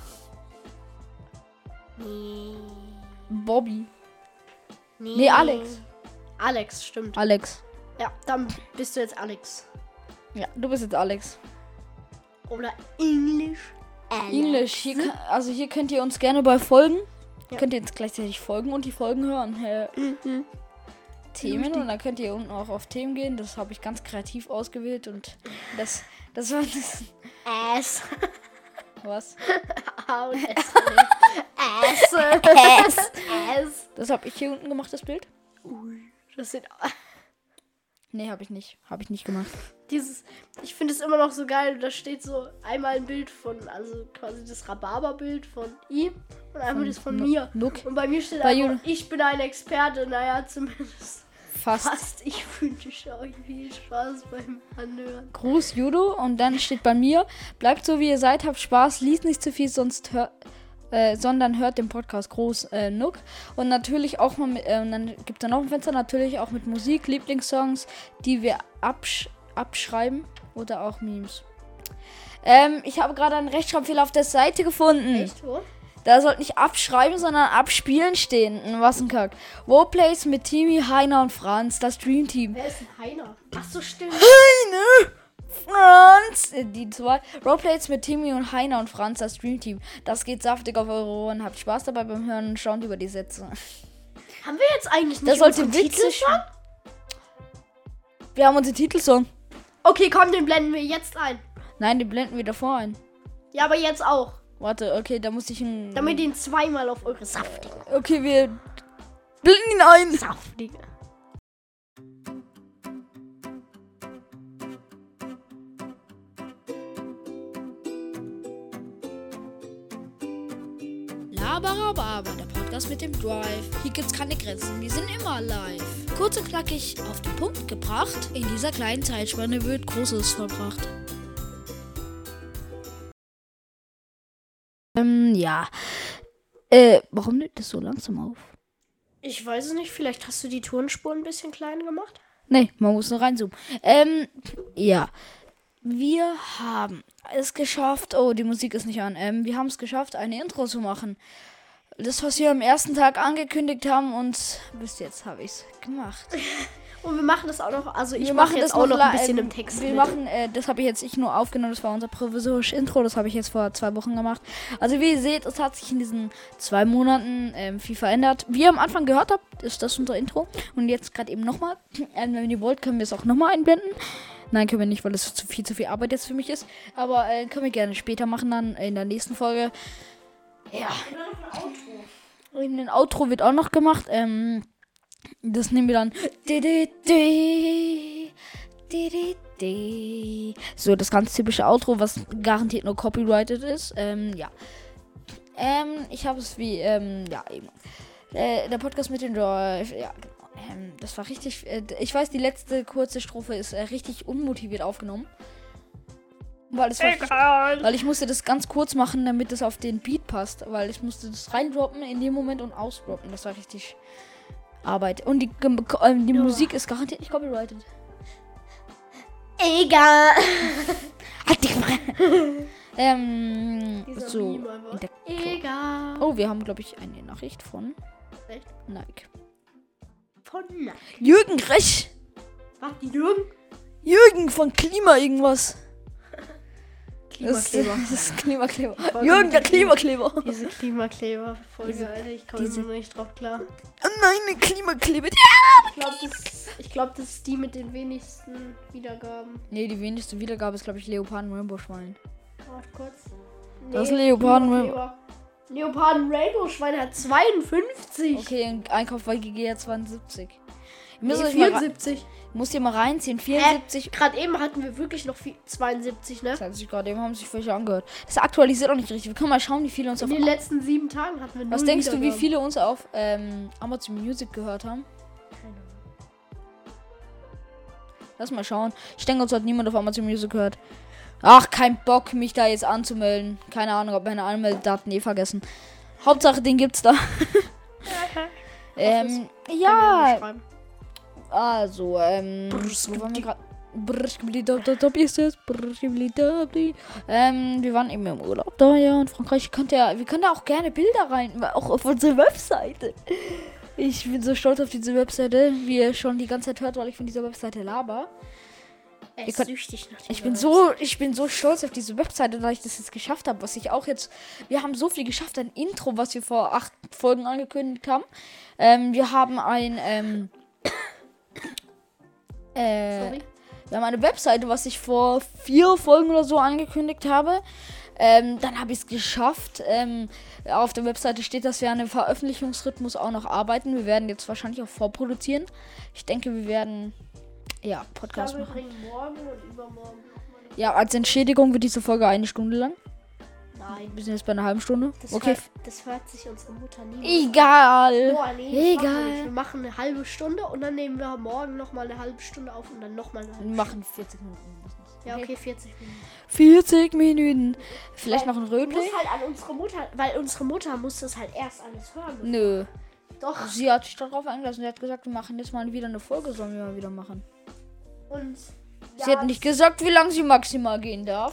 Nee. Bobby. Nee, Alex. Alex, stimmt. Alex. Ja, dann bist du jetzt Alex. Ja, du bist jetzt Alex. Oder Englisch. Alex. Englisch. Hier, kann- also hier könnt ihr uns gerne bei folgen. Ja. Könnt ihr jetzt gleichzeitig folgen und die Folgen hören. Äh, Mhm. Themen und dann könnt ihr unten auch auf Themen gehen. Das habe ich ganz kreativ ausgewählt und das, das war das. Ass. Was? A und S. Ass. Ass. Ass. Das habe ich hier unten gemacht, das Bild? Ui, das sind Nee, habe ich nicht. Habe ich nicht gemacht. dieses. Ich finde es immer noch so geil. Da steht so einmal ein Bild von, also quasi das Rhabarber-Bild von ihm und einmal das von Nu- mir. Nuck. Und bei mir steht Bei einfach, Jul- ich bin ein Experte. Naja, zumindest Fast. Fast. Ich wünsche euch viel Spaß beim Anhören. Gruß Judo und dann steht bei mir, bleibt so wie ihr seid, habt Spaß, liest nicht zu viel, sonst hört, äh, sondern hört den Podcast Groß äh, Nuck. Und natürlich auch mal mit, äh, und dann gibt es noch ein Fenster, natürlich auch mit Musik, Lieblingssongs, die wir absch- abschreiben oder auch Memes. Ähm, ich habe gerade einen Rechtschreibfehler auf der Seite gefunden. Echt, wo? Da sollte nicht abschreiben, sondern abspielen stehen. Was ein Kack. Roleplays mit Timmy, Heiner und Franz, das Dream Team. Wer ist ein Heiner? Ach so, stimmt. Heiner, Franz, äh, die zwei. Roleplays mit Timmy und Heiner und Franz, das Dream Team. Das geht saftig auf eure Ohren. Habt Spaß dabei beim Hören und schauen über die Sätze. Haben wir jetzt eigentlich nicht Das sollte unseren witzig Titelsong? Wir haben unseren Titelsong. Okay, komm, den blenden wir jetzt ein. Nein, die blenden wir davor ein. Ja, aber jetzt auch. Warte, okay, da muss ich ein... Damit ihn zweimal auf eure saftige. Okay, wir blenden ihn ein. Saftige. Laberababa, der Podcast mit dem Drive. Hier gibt's keine Grenzen, wir sind immer live. Kurz und knackig auf den Punkt gebracht. In dieser kleinen Zeitspanne wird Großes vollbracht. Ähm, ja. Äh, warum nimmt das so langsam auf? Ich weiß es nicht, vielleicht hast du die Tonspuren ein bisschen klein gemacht? Nee, man muss nur reinzoomen. Ähm, ja. Wir haben es geschafft. Oh, die Musik ist nicht an. Ähm, wir haben es geschafft, eine Intro zu machen. Das, was wir am ersten Tag angekündigt haben, und bis jetzt habe ich es gemacht. Und wir machen das auch noch, also ich wir mache machen jetzt das auch noch noch ein la- bisschen ähm, im Text Wir mit. machen, äh, das habe ich jetzt ich nur aufgenommen, das war unser provisorisches Intro, das habe ich jetzt vor zwei Wochen gemacht. Also wie ihr seht, es hat sich in diesen zwei Monaten ähm, viel verändert. Wie ihr am Anfang gehört habt, ist das unser Intro. Und jetzt gerade eben nochmal, ähm, wenn ihr wollt, können wir es auch nochmal einblenden. Nein, können wir nicht, weil es zu viel, zu viel Arbeit jetzt für mich ist. Aber äh, können wir gerne später machen, dann in der nächsten Folge. Ja. In den Outro wird auch noch gemacht. Ähm, das nehmen wir dann. So, das ganz typische Outro, was garantiert nur copyrighted ist. Ähm, ja. Ähm, ich habe es wie, ähm, ja, eben. Äh, der Podcast mit dem Drive, ja, genau. Ähm, das war richtig, äh, ich weiß, die letzte kurze Strophe ist äh, richtig unmotiviert aufgenommen. Weil, es war, weil ich musste das ganz kurz machen, damit es auf den Beat passt. Weil ich musste das reindroppen in dem Moment und ausdroppen. Das war richtig Arbeit. Und die, äh, die Ja. Musik ist garantiert nicht copyrighted. Egal. Halt dich mal. ähm, Dieser so. Meme einfach. in der- Egal. Oh, wir haben, glaube ich, eine Nachricht von Echt? Nike. Von Nike. Jürgen Grech. Was, die Jürgen? Jürgen von Klima irgendwas. Das, Klimakleber. das ist Klimakleber. Folge Jürgen, mit der den Klima- Klimakleber. Diese Klimakleber. Voll Diese- geil, ich komme diese- immer nicht drauf klar. Oh nein, eine Klimakleber. Ich glaube, das, ich glaub, das ist die mit den wenigsten Wiedergaben. Nee, die wenigste Wiedergabe ist, glaube ich, Leoparden Rainbow Schwein. Warte kurz. Das Leoparden- Klimakleber. Leoparden Rainbow Schwein hat zweiundfünfzig. Okay, und Einkauf bei G G hat zweiundsiebzig. Ihr Nee, müsst euch mal, rei- vierundsiebzig. musst ihr mal reinziehen. vierundsiebzig. Gerade eben hatten wir wirklich noch vi- zweiundsiebzig, ne? Das hat sich gerade eben, haben sich welche angehört. Das aktualisiert auch nicht richtig. Wir können mal schauen, wie viele uns In auf... den letzten sieben Tagen hatten wir null Was denkst du, wie Wiedergaben. viele uns auf ähm, Amazon Music gehört haben? Keine Ahnung. Lass mal schauen. Ich denke, uns hat niemand auf Amazon Music gehört. Ach, kein Bock, mich da jetzt anzumelden. Keine Ahnung, ob meine Anmeldedaten eh vergessen. Hauptsache, den gibt's da. ähm, Können wir ja, schreiben. also, ähm, wo waren wir gerade? Ähm, wir waren eben im Urlaub da, ja, in Frankreich. Könnt ihr, wir können da auch gerne Bilder rein, auch auf unsere Webseite. Ich bin so stolz auf diese Webseite, wie ihr schon die ganze Zeit hört, weil ich von dieser Webseite laber. Er Ihr ist könnt- süchtig nach Ich dieser bin so, ich bin so stolz auf diese Webseite, dass ich das jetzt geschafft habe, was ich auch jetzt, wir haben so viel geschafft, ein Intro, was wir vor acht Folgen angekündigt haben. Ähm, wir haben ein, ähm, äh, Sorry. wir haben eine Webseite, was ich vor vier Folgen oder so angekündigt habe. Ähm, dann habe ich es geschafft. Ähm, auf der Webseite steht, dass wir an dem Veröffentlichungsrhythmus auch noch arbeiten. Wir werden jetzt wahrscheinlich auch vorproduzieren. Ich denke, wir werden, ja, Ich Podcast glaube, wir machen. bringen morgen und übermorgen nochmal. Ja, als Entschädigung wird diese Folge eine Stunde lang. Nein. Nein. Wir sind jetzt bei einer halben Stunde. Das, Okay. hört, das hört sich unsere Mutter nie. Egal. Oh, nee, das machen wir nicht. Egal. Wir machen eine halbe Stunde und dann nehmen wir morgen nochmal eine halbe Stunde auf und dann nochmal eine halbe Wir Stunde. machen vierzig Minuten. Ja, okay, vierzig Minuten. vierzig Minuten. Vielleicht Weil noch ein Du Röplay? musst halt an unsere Mutter, weil unsere Mutter muss das halt erst alles hören. Nö. Doch. Sie hat sich darauf eingelassen. Sie hat gesagt, wir machen jetzt mal wieder eine Folge, sollen wir mal wieder machen. Und Sie hat nicht gesagt, wie lange sie maximal gehen darf.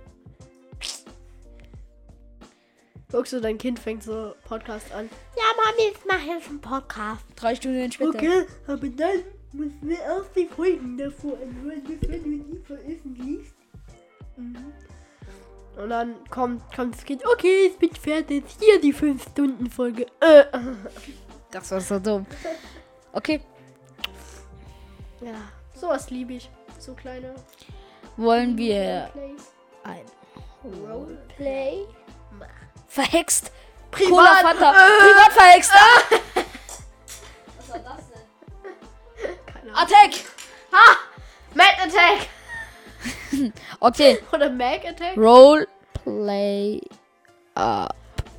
guckst du, dein Kind fängt so Podcast an. Ja, Mami, ich mache jetzt einen Podcast. Drei Stunden später. Okay, aber dann müssen wir erst die Folgen davor anhören, bevor du die veröffentlichst. Mhm. Und dann kommt, kommt das Kind, okay, ich bin fertig. Hier die fünf Stunden Folge. Äh. Das war so dumm. Okay. Ja, sowas liebe ich. So kleine Wollen wir Roleplays. ein Roleplay. verhext? Privat. Cola Fanta. Privat verhext. Ah! Was war das denn? Keine Ahnung. Attack. Ha! Mad Attack! Okay. Oder Mag Attack? Roleplay up.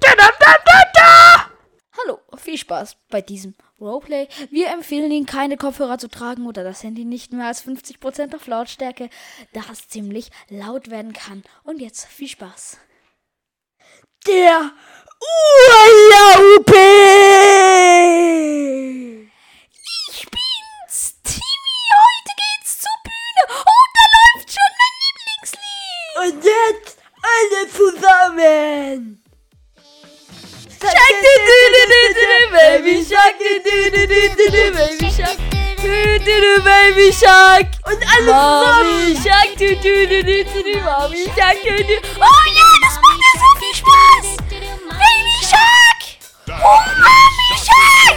Hallo, viel Spaß bei diesem Roleplay. Wir empfehlen Ihnen, keine Kopfhörer zu tragen oder das Handy nicht mehr als fünfzig Prozent auf Lautstärke, da es ziemlich laut werden kann. Und jetzt viel Spaß. Der Urlaube! Ich bin's, Timmy. Heute geht's zur Bühne und da läuft schon mein Lieblingslied. Und jetzt alle zusammen! Shark do do do do do baby shark do do do do do do baby shark do do do baby shark Und alle Mami zusammen! shark do do do do do do Mami shark do do. Oh ja, das macht ja so viel Spaß. Baby shark. Oh Mami shark.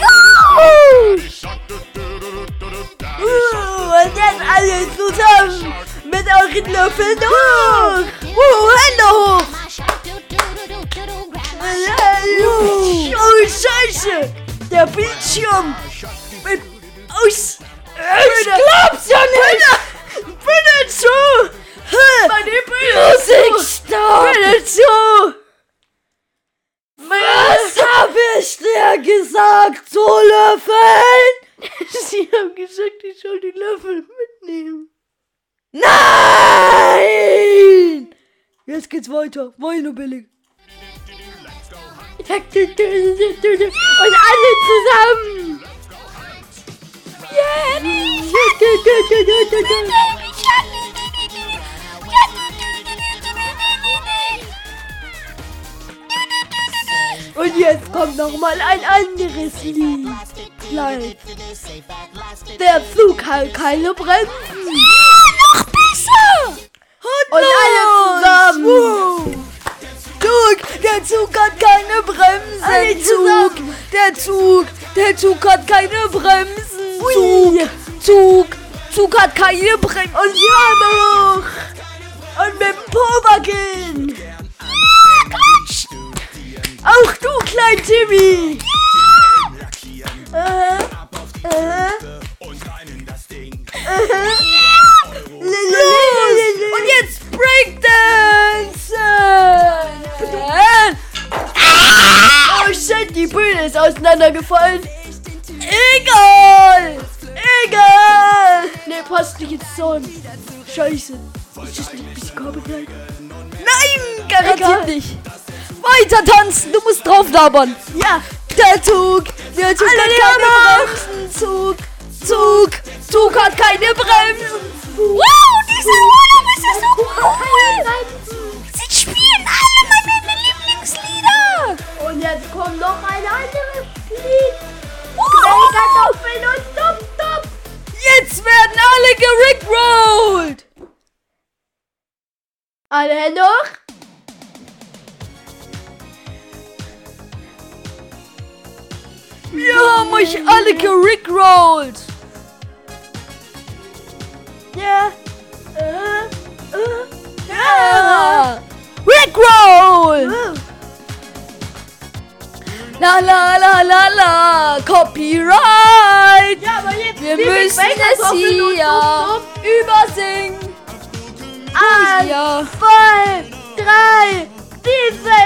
Oh. Uh, und jetzt alle zusammen! Mit euren Löffeln hoch! Uh, Hände hoch! Oh, Scheiße! Der Bildschirm! Mit aus! Ich glaub's ja nicht! Bitte zu! Meine Musik, stopp. Bitte zu! Was hab ich dir gesagt zu löffeln? Sie haben gesagt, ich soll die Löffel mitnehmen. Nein! Jetzt geht's weiter. Weine billig. Und alle zusammen! Und jetzt kommt noch mal ein anderes Lied. Gleich. Der Zug hat keine Bremsen. Noch besser! Und alle zusammen. Zug, der Zug hat keine Bremsen. Alle Zug, zusammen. der Zug, der Zug hat keine Bremsen. Ui. Zug, Zug, Zug hat keine Bremsen. Und die Arme hoch. Und mit dem Po gehen. Ja, klatsch. Auch du, klein Timmy. Ja. Äh, äh. Los. Und jetzt Breakdance. Oh shit, die Bühne ist auseinandergefallen. Egal. Egal. Ne, passt nicht ins Zorn. Scheiße. Ist das nicht ein bisschen Copyright? Nein, garantiert Egal. nicht. Weiter tanzen, du musst drauf labern. Ja. Der Zug, der Zug Alle hat die keine Arme Bremsen. Zug, Zug, Zug hat keine Bremsen. Wow, dieser Urlaub ist ja so cool. Sie spielen alle meine Lieblingslieder. Und jetzt kommt noch ein anderes Lied. Kartoffeln und Dumm Dumm. Jetzt werden alle gerickrollt. Alle Hände hoch. Wir haben euch alle gerickrollt. Ja. Äh, äh. Ja. Rickroll. Uh. La la la la la. Copyright. Ja, aber jetzt Wir die mit müssen es Kartoffeln und hier Dumm übersingen. Dumm. Eins, Ja. zwei, drei, diese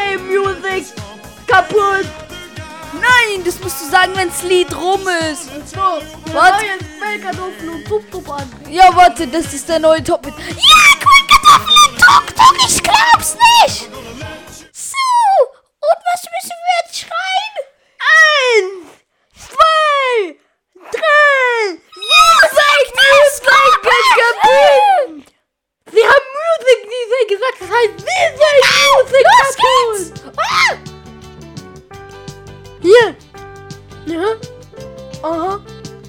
musst du sagen, wenn das Lied rum ist. So, Was? jetzt Quellkartoffeln und Tup-Tup an. Ja, warte, das ist der neue Top. Ja, Quellkartoffeln und Tuk-Tuk, ich glaub's nicht. So, und was müssen wir jetzt schreien? Eins, zwei, drei. Music, Music, kaputt. Sie haben Music Music gesagt, das heißt Music Music Los geht's. Ah! Hier. Ja. Aha.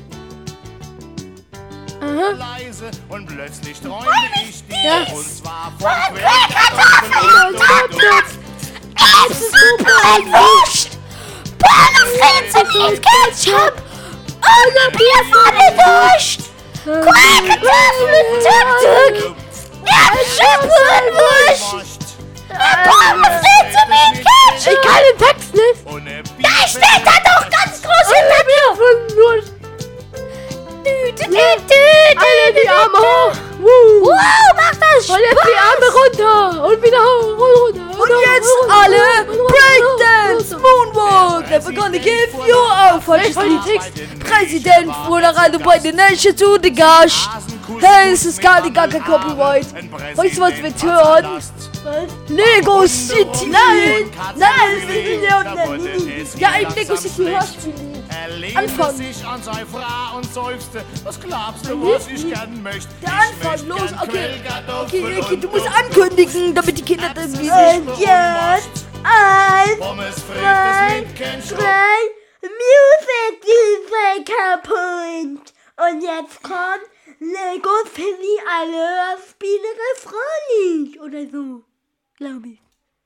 Aha. Leise und plötzlich träumte ich dir. Ja. Und zwar von Quellkartoffeln und Tuk-Tuk. Es ist super Wurst. Pommes frites mit Ketchup. Und eine Bierpfanne-Wurst. Quellkartoffeln und Tuk-Tuk. Erdschöpfenwurst. Pommes frites mit Ketchup. Ich kann den Text nicht. Und eine Da steht da doch ganz groß hinter mir. Dü, dü, dü, dü, Alle dü, die Arme dü. hoch. Woo. Wow, macht das Und jetzt die Arme runter. Und wieder hoch. Und runter. Und jetzt alle Breakdance, Moonwalk, never gonna give you up. Falsches Lied. Präsident fuhr nach einer bei den Nation zu den Gast. Hey, es ist gar nicht gar kein Copyright. Weißt du, was wir jetzt hören? Lego City. Nein, nein, das ist ja Ja, im Lego City Hörspiel. Anfang. sich an sei Frau und seufzte. Was glaubst du, was ich gern möchte? Der Anfang, los, okay. Okay, okay, du musst ankündigen, damit die Kinder das wissen. Und jetzt, eins, Pommes frites mit Ketchup. Music ist kaputt. Und jetzt kommt Lego City, alle spielen Refrain oder so. Glaube ich.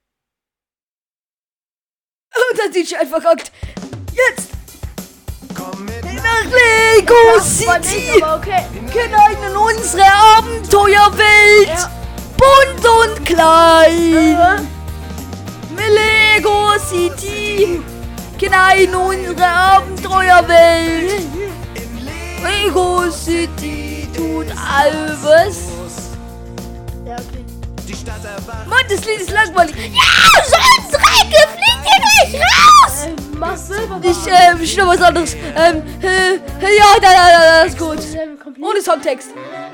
Und dann sieht sie einfach akt. Jetzt! Komm mit Nach Lego City! Aber okay. Hinein in unsere Abenteuerwelt! Ja. Bunt und klein! Mit Lego City! Hinein in unsere Abenteuerwelt! Lego City tut alles! Ja, okay. die Stadt erwacht. Mann, das Lied ist langweilig! Ja, so ein Dreck! Fliegt hier gleich raus! Ähm, mach selber Ich, ähm, schnell was anderes. Ähm, äh, ja, da, da, da, das ist gut. Ohne Songtext.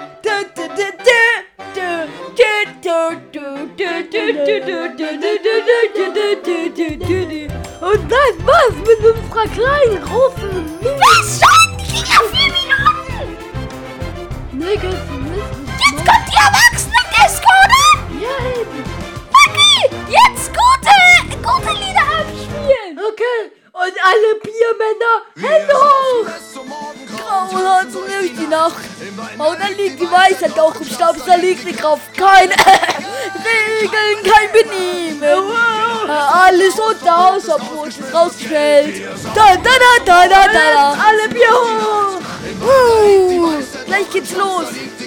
Und das war's mit unserer kleinen, großen Was schon? Die kriegen ja vier Minuten. Niggas. Jetzt kommt die Erwachsenen-Disco, oder? Ja, eben. Okay, jetzt gute, gute Lieder abspielen. Okay. Und alle Biermänner, Hände hoch. Grauenhaft, so nehme ich die Nacht. Oh, da liegt die Weisheit auch im Staub, da liegt die Kraft. Keine Regeln, kein Benehmen. Alles unter Hausverbot ist rausgestellt. Da, da, da, da, da, da. Alle Bier hoch. Uh, gleich geht's los.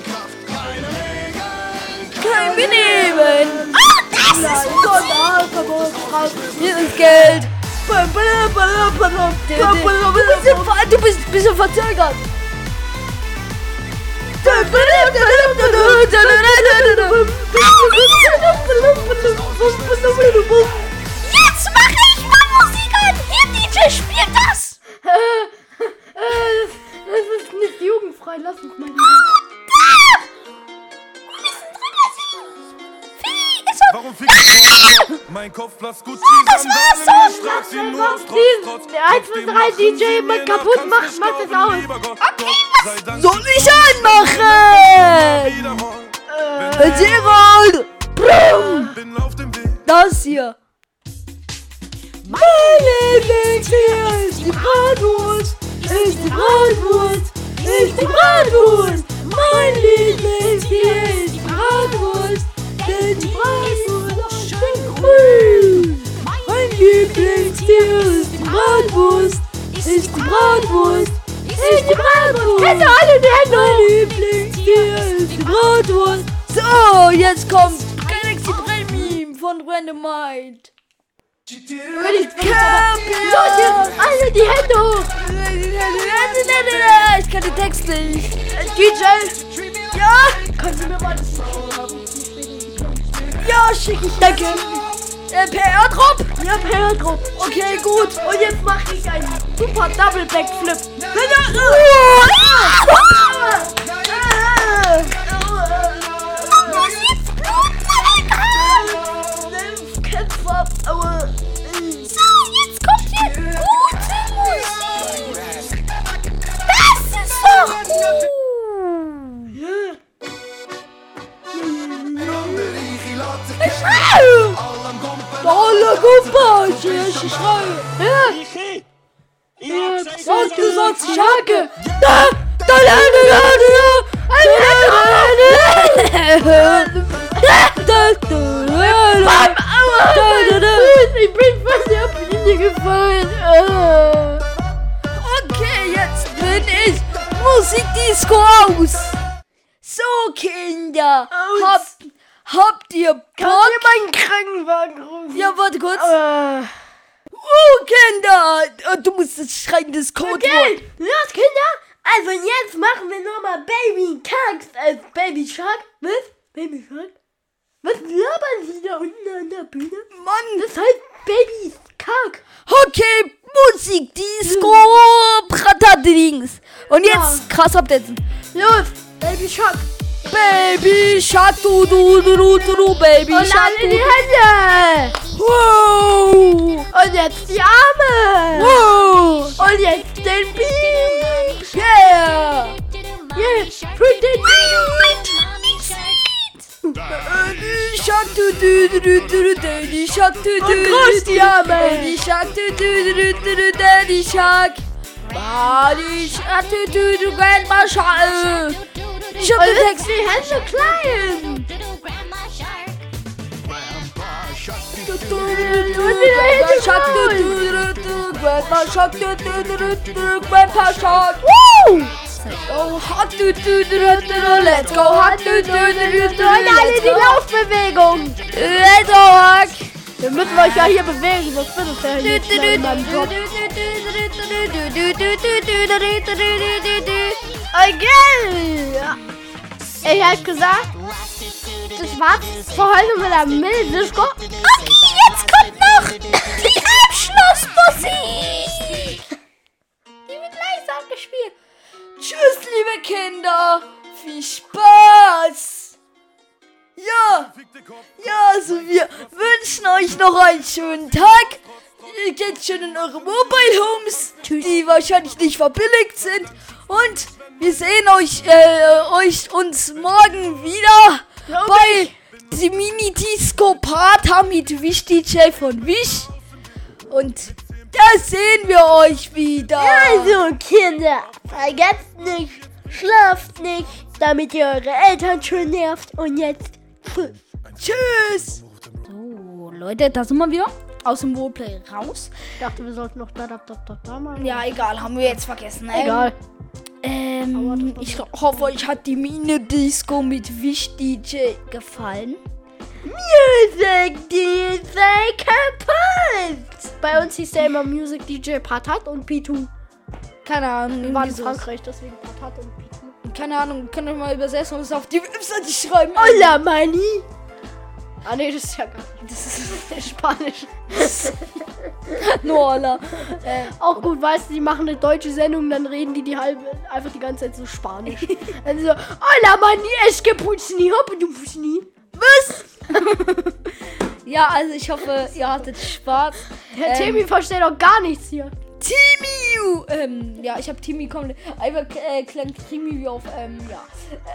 Kein Benehmen. Ah, das ist gut. Hier ist Geld. Du bist, im, du bist ein bisschen verzögert. Jetzt mache ich mal Musik an. Hier, D J, spielt das. Das ist nicht jugendfrei, lass uns mal. Warum fick ich mein Kopf platzt gut, das war's schon! Trag sie nur aus Trotz, trotz, Der eins bis drei D J immer kaputt macht, macht das aus. Okay, was soll ich anmachen? Gerald! Brumm! Bin auf dem Weg. Das hier. Mein Lieblingstier ist die Bratwurst. Ist die Bratwurst. Ist die Bratwurst. Mein Lieblingstier ist die Bratwurst. Denn die Bratwurst schmeckt grün. Mein Lieblingstier ist die Bratwurst. Ist die Bratwurst. Ist die Bratwurst. Kennst du alle die Hände Mein hoch? Lieblingstier ist die Bratwurst. So, jetzt kommt Galaxy drei Meme von Random Mind. Wenn ich Los jetzt, alle die Hände hoch. Ich kann den Text nicht. D J. Ja, Kannst du mir mal das ja, schick ich. Danke. Äh, per Airdrop? Ja, per Airdrop. Okay, gut. Und jetzt mache ich einen super Double Backflip. Ketchup, aber... So, jetzt kommt hier gute Musik. Das ist doch gut. Alle Gumpage, ich schreie. Und du sagst Schake. Da, da, da, da, Ich bin fast der Linie gefallen. Okay, jetzt bin ich Musikdisco aus. So, Kinder, habt, habt ihr Bock? Kannst du meinen Krankenwagen rufen? Ja, warte kurz. Äh. Oh, Kinder, du musst das schreien, das Codewort. Okay, los, Kinder. Also jetzt machen wir nochmal Baby Shark als Baby Shark. Was? Baby Shark? Was labern Sie da unten an der Bühne? Mann, Das heißt Baby Shark. okay, Musikdisco, Pratadings. Und jetzt krass absetzen. Los, Baby Shark. Baby Shark, du, du, du, du, du, du, Baby Und Shark, alle du, die Hände. wow, Und jetzt die Arme. wow, Und jetzt den Beat. yeah. Jetzt für den Beat. Daddy Shark, du, du, du, du, du, Daddy Shark, du, du, Und groß die Arme. Daddy Shark, du, du, du, du, du, Daddy Shark. Daddy Shark, du, du, du, Grandma Shark. Ich hab den Text. Die Hände so klein. Grandma Shark, du, du, du, du, Grandma Shark, du, du, du, du, du, Grandpa Shark. Woo! Oh, hot, du, du, du, du, du, let's go, hot, du, du, du, du, du, Und alle let's die go. Laufbewegung. Let's go, Hack. Wir müssen euch ja hier bewegen, sonst wird es ja hier nicht schnell in meinem Job. Okay. Ich hab gesagt, das war's für heute mit der Mini-Disco. Okay, jetzt kommt noch die Abschlussmusik. Die wird langsam gespielt. Tschüss, liebe Kinder. Viel Spaß. Ja, ja, also wir wünschen euch noch einen schönen Tag. Ihr geht schon in eure Mobile Homes, die wahrscheinlich nicht verbilligt sind. Und wir sehen euch, äh, euch uns morgen wieder bei die Mini-Disco Party mit Wish D J von Wish. Und da sehen wir euch wieder. Also Kinder, vergesst nicht, schlaft nicht, damit ihr eure Eltern schön nervt. Und jetzt tschüss. Tschüss. So, Leute, da sind wir wieder aus dem Roleplay raus. Ich dachte, wir sollten noch da, da, da, da, da machen. Ja, egal, haben wir jetzt vergessen. Egal. Ähm, ich hoffe, euch hat die Mini-Disco mit Wish D J gefallen. Music D J kaputt! Bei uns hieß der immer Music D J Patat und P zwei. Keine Ahnung, Wir waren in irgendwie sowas. Frankreich, deswegen Patat und P zwei. Keine Ahnung, könnt ihr mal übersetzen und es auf die Webseite schreiben. Hola, Mani! Ah, nee, das ist ja gar nicht. Das ist Spanisch. Nur Hola. Äh, Auch gut, weißt du, die machen eine deutsche Sendung, dann reden die die halbe, einfach die ganze Zeit so Spanisch. Also so, hola, Mani, es que putzni, hoppe du putzni. was? Ja, also ich hoffe, ihr hattet Spaß. Der Ähm, Timmy versteht doch gar nichts hier. Timmy! Ähm, ja, ich habe Timmy komplett. Einfach äh, klang Timmy wie auf, ähm, ja.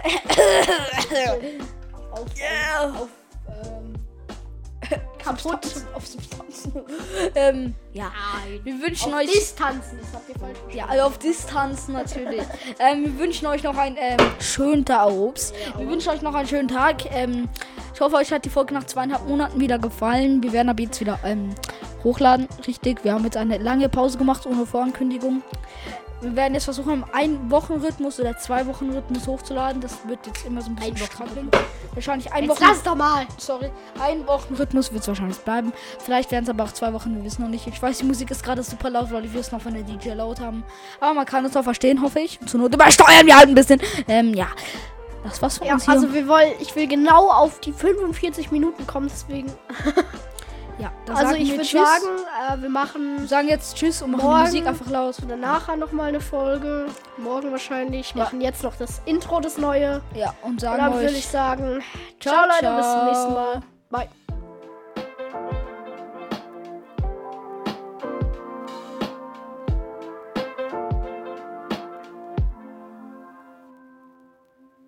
auf, Yeah. auf, auf, ähm, Kaputt. Substanzen, auf Substanzen. ähm, ja. Wir wünschen Auf euch. Distanzen, das habt ihr falsch verstanden. Ja, also auf Distanz natürlich. ähm, wir wünschen euch noch einen ähm, schönen Tag. Ups. Wir wünschen euch noch einen schönen Tag. Ähm, ich hoffe, euch hat die Folge nach zweieinhalb Monaten wieder gefallen. Wir werden ab jetzt wieder ähm, hochladen. Richtig, wir haben jetzt eine lange Pause gemacht ohne Vorankündigung. Wir werden jetzt versuchen, im Ein-Wochen-Rhythmus oder Zwei-Wochen-Rhythmus hochzuladen. Das wird jetzt immer so ein bisschen struggling. Wahrscheinlich ein Jetzt Wochen. lass doch mal. Sorry, ein Wochen-Rhythmus wird es wahrscheinlich bleiben. Vielleicht werden es aber auch zwei Wochen, wir wissen noch nicht. Ich weiß, die Musik ist gerade super laut, weil wir es noch von der D J laut haben. Aber man kann es auch verstehen, hoffe ich. Zur Not übersteuern wir halt ein bisschen. Ähm, ja. Das war's von Ja, uns hier. also wir wollen, ich will genau auf die fünfundvierzig Minuten kommen, deswegen. Ja, dann Also sagen ich wir würde Tschüss. sagen, äh, wir machen Wir sagen jetzt Tschüss und machen Morgen- die Musik einfach laut. danach nochmal eine Folge. Morgen wahrscheinlich. Ja. Machen jetzt noch das Intro, das neue. Ja, und Und sagen dann euch würde ich sagen, ciao, Ciao, Leute, bis zum ciao. nächsten Mal. Bye.